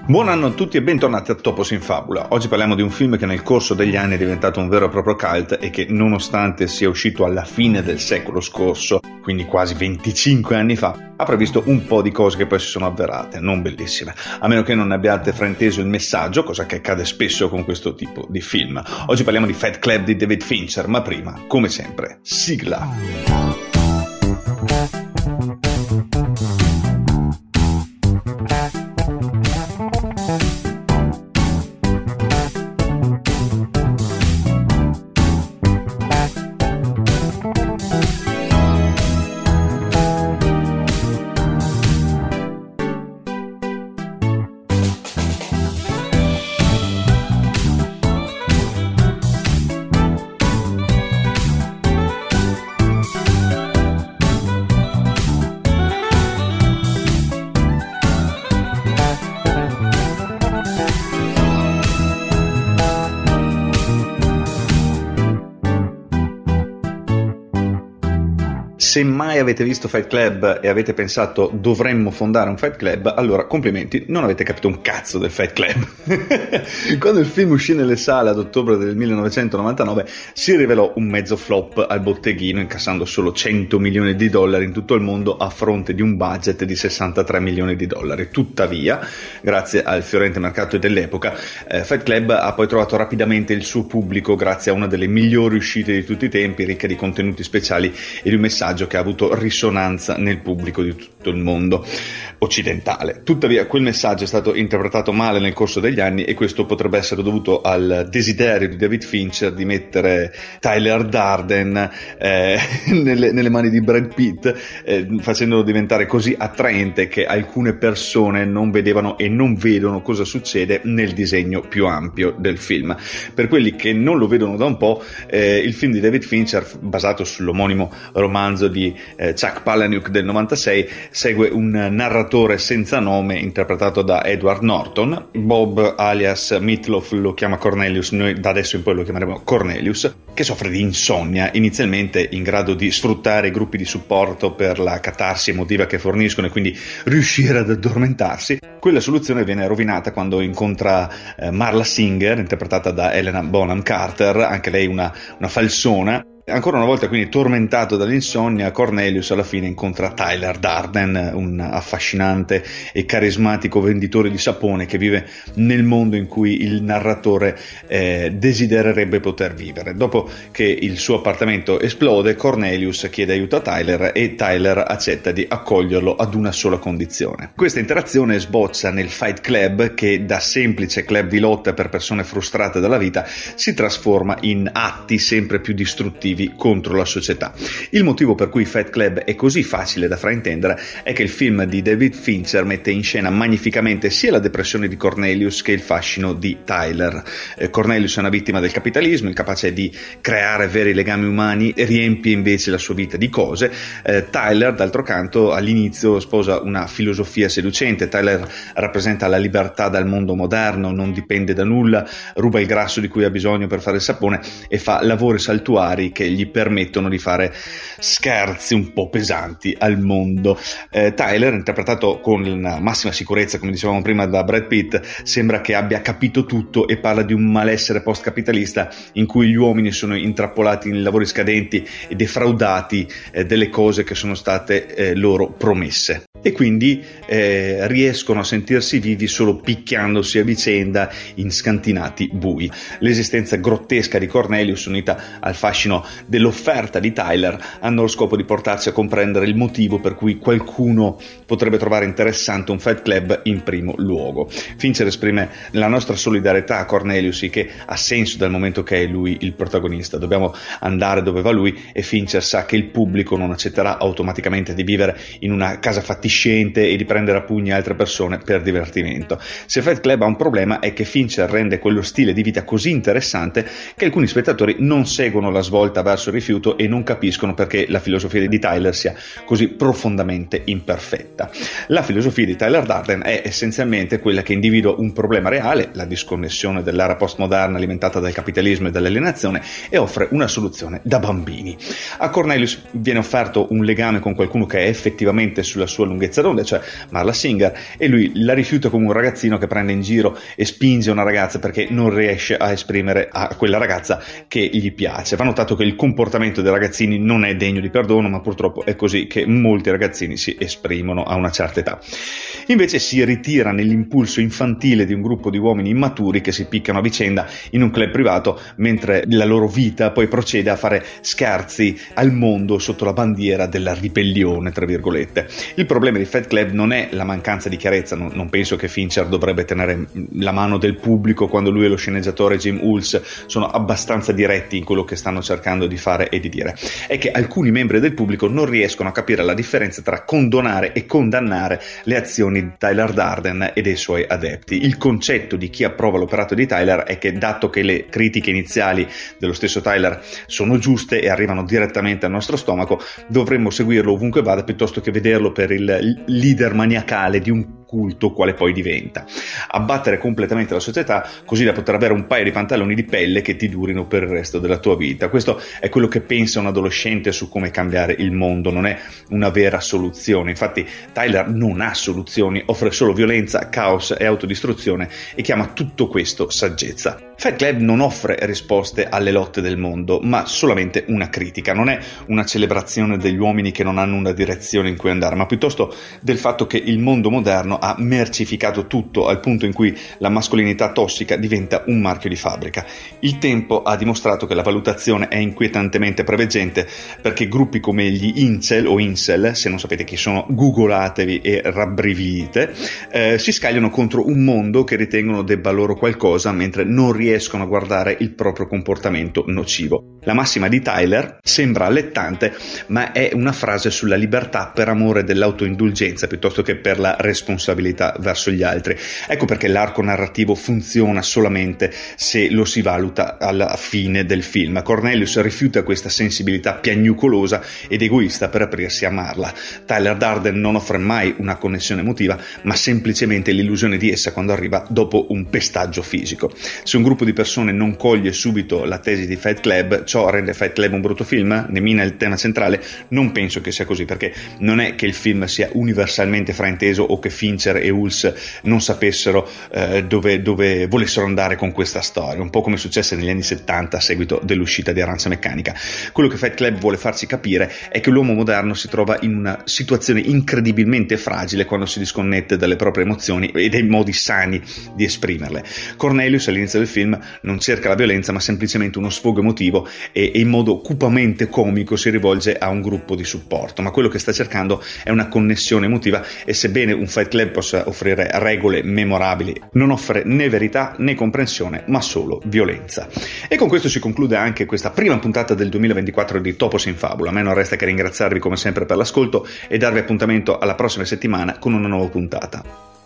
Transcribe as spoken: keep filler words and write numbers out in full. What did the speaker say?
Buon anno a tutti e bentornati a Topos in Fabula. Oggi parliamo di un film che nel corso degli anni è diventato un vero e proprio cult e che, nonostante sia uscito alla fine del secolo scorso, quindi quasi venticinque anni fa, ha previsto un po' di cose che poi si sono avverate, non bellissime, a meno che non ne abbiate frainteso il messaggio, cosa che accade spesso con questo tipo di film. Oggi parliamo di Fight Club di David Fincher, ma prima, come sempre, sigla! Se mai avete visto Fight Club e avete pensato dovremmo fondare un Fight Club, allora complimenti, non avete capito un cazzo del Fight Club. Quando il film uscì nelle sale ad ottobre del millenovecentonovantanove si rivelò un mezzo flop al botteghino, incassando solo cento milioni di dollari in tutto il mondo a fronte di un budget di sessantatré milioni di dollari. Tuttavia, grazie al fiorente mercato dell'epoca, eh, Fight Club ha poi trovato rapidamente il suo pubblico grazie a una delle migliori uscite di tutti i tempi, ricca di contenuti speciali e di un messaggio che ha avuto risonanza nel pubblico di tutto il mondo occidentale. Tuttavia quel messaggio è stato interpretato male nel corso degli anni e questo potrebbe essere dovuto al desiderio di David Fincher di mettere Tyler Durden eh, nelle, nelle mani di Brad Pitt, eh, facendolo diventare così attraente che alcune persone non vedevano e non vedono cosa succede nel disegno più ampio del film. Per quelli che non lo vedono da un po', eh, il film di David Fincher, basato sull'omonimo romanzo di eh, Chuck Palahniuk del novantasei, segue un narratore senza nome interpretato da Edward Norton. Bob alias Meatloaf lo chiama Cornelius, noi da adesso in poi lo chiameremo Cornelius, che soffre di insonnia, inizialmente in grado di sfruttare i gruppi di supporto per la catarsi emotiva che forniscono e quindi riuscire ad addormentarsi. Quella soluzione viene rovinata quando incontra eh, Marla Singer, interpretata da Helena Bonham Carter, anche lei una, una falsona. Ancora una volta, quindi, tormentato dall'insonnia, Cornelius alla fine incontra Tyler Durden, un affascinante e carismatico venditore di sapone che vive nel mondo in cui il narratore eh, desidererebbe poter vivere. Dopo che il suo appartamento esplode, Cornelius chiede aiuto a Tyler e Tyler accetta di accoglierlo ad una sola condizione. Questa interazione sboccia nel Fight Club, che da semplice club di lotta per persone frustrate dalla vita si trasforma in atti sempre più distruttivi contro la società. Il motivo per cui Fight Club è così facile da fraintendere è che il film di David Fincher mette in scena magnificamente sia la depressione di Cornelius che il fascino di Tyler. Eh, Cornelius è una vittima del capitalismo, incapace di creare veri legami umani, e riempie invece la sua vita di cose. Eh, Tyler, d'altro canto, all'inizio sposa una filosofia seducente. Tyler rappresenta la libertà dal mondo moderno, non dipende da nulla, ruba il grasso di cui ha bisogno per fare il sapone e fa lavori saltuari che gli permettono di fare scherzi un po' pesanti al mondo. Eh, Tyler, interpretato con la massima sicurezza, come dicevamo prima, da Brad Pitt, sembra che abbia capito tutto e parla di un malessere post-capitalista in cui gli uomini sono intrappolati in lavori scadenti e defraudati eh, delle cose che sono state eh, loro promesse. E quindi eh, riescono a sentirsi vivi solo picchiandosi a vicenda in scantinati bui. L'esistenza grottesca di Cornelius, unita al fascino dell'offerta di Tyler, hanno lo scopo di portarci a comprendere il motivo per cui qualcuno potrebbe trovare interessante un Fight Club in primo luogo. Fincher esprime la nostra solidarietà a Cornelius, che ha senso dal momento che è lui il protagonista. Dobbiamo andare dove va lui e Fincher sa che il pubblico non accetterà automaticamente di vivere in una casa fatiscente e di prendere a pugni altre persone per divertimento. Se Fight Club ha un problema è che Fincher rende quello stile di vita così interessante che alcuni spettatori non seguono la svolta volta verso il rifiuto e non capiscono perché la filosofia di Tyler sia così profondamente imperfetta. La filosofia di Tyler Durden è essenzialmente quella che individua un problema reale, la disconnessione dell'era postmoderna alimentata dal capitalismo e dall'alienazione, e offre una soluzione da bambini. A Cornelius viene offerto un legame con qualcuno che è effettivamente sulla sua lunghezza d'onda, cioè Marla Singer, e lui la rifiuta come un ragazzino che prende in giro e spinge una ragazza perché non riesce a esprimere a quella ragazza che gli piace. Va notato che il comportamento dei ragazzini non è degno di perdono, ma purtroppo è così che molti ragazzini si esprimono a una certa età. Invece si ritira nell'impulso infantile di un gruppo di uomini immaturi che si piccano a vicenda in un club privato, mentre la loro vita poi procede a fare scherzi al mondo sotto la bandiera della ribellione, tra virgolette. Il problema di Fight Club non è la mancanza di chiarezza, non, non penso che Fincher dovrebbe tenere la mano del pubblico quando lui e lo sceneggiatore Jim Ulls sono abbastanza diretti in quello che stanno cercando di fare e di dire. È che alcuni membri del pubblico non riescono a capire la differenza tra condonare e condannare le azioni di Tyler Durden e dei suoi adepti. Il concetto di chi approva l'operato di Tyler è che, dato che le critiche iniziali dello stesso Tyler sono giuste e arrivano direttamente al nostro stomaco, dovremmo seguirlo ovunque vada piuttosto che vederlo per il leader maniacale di un culto quale poi diventa. Abbattere completamente la società così da poter avere un paio di pantaloni di pelle che ti durino per il resto della tua vita. Questo è quello che pensa un adolescente su come cambiare il mondo, non è una vera soluzione. Infatti Tyler non ha soluzioni, offre solo violenza, caos e autodistruzione e chiama tutto questo saggezza. Fight Club non offre risposte alle lotte del mondo, ma solamente una critica. Non è una celebrazione degli uomini che non hanno una direzione in cui andare, ma piuttosto del fatto che il mondo moderno ha mercificato tutto al punto in cui la mascolinità tossica diventa un marchio di fabbrica. Il tempo ha dimostrato che la valutazione è inquietantemente preveggente, perché gruppi come gli incel o incel, se non sapete chi sono, googolatevi e rabbrividite, eh, si scagliano contro un mondo che ritengono debba loro qualcosa, mentre non riescono a guardare il proprio comportamento nocivo. La massima di Tyler sembra allettante, ma è una frase sulla libertà per amore dell'autoindulgenza piuttosto che per la responsabilità verso gli altri. Ecco perché l'arco narrativo funziona solamente se lo si valuta alla fine del film. Cornelius rifiuta questa sensibilità piagnucolosa ed egoista per aprirsi a Marla. Tyler Durden non offre mai una connessione emotiva, ma semplicemente l'illusione di essa quando arriva dopo un pestaggio fisico. Se un gruppo di persone non coglie subito la tesi di Fight Club, ciò rende Fight Club un brutto film? Ne mina il tema centrale? Non penso che sia così, perché non è che il film sia universalmente frainteso o che Fincher e Ulls non sapessero eh, dove, dove volessero andare con questa storia, un po' come successe negli anni settanta a seguito dell'uscita di Arancia Meccanica. Quello che Fight Club vuole farci capire è che l'uomo moderno si trova in una situazione incredibilmente fragile quando si disconnette dalle proprie emozioni e dai modi sani di esprimerle. Cornelius all'inizio del film non cerca la violenza, ma semplicemente uno sfogo emotivo e, e in modo cupamente comico si rivolge a un gruppo di supporto, ma quello che sta cercando è una connessione emotiva, e sebbene un Fight Club possa offrire regole memorabili, non offre né verità né comprensione, ma solo violenza. E con questo si conclude anche questa prima puntata del duemilaventiquattro di Topos in Fabula. A me non resta che ringraziarvi come sempre per l'ascolto e darvi appuntamento alla prossima settimana con una nuova puntata.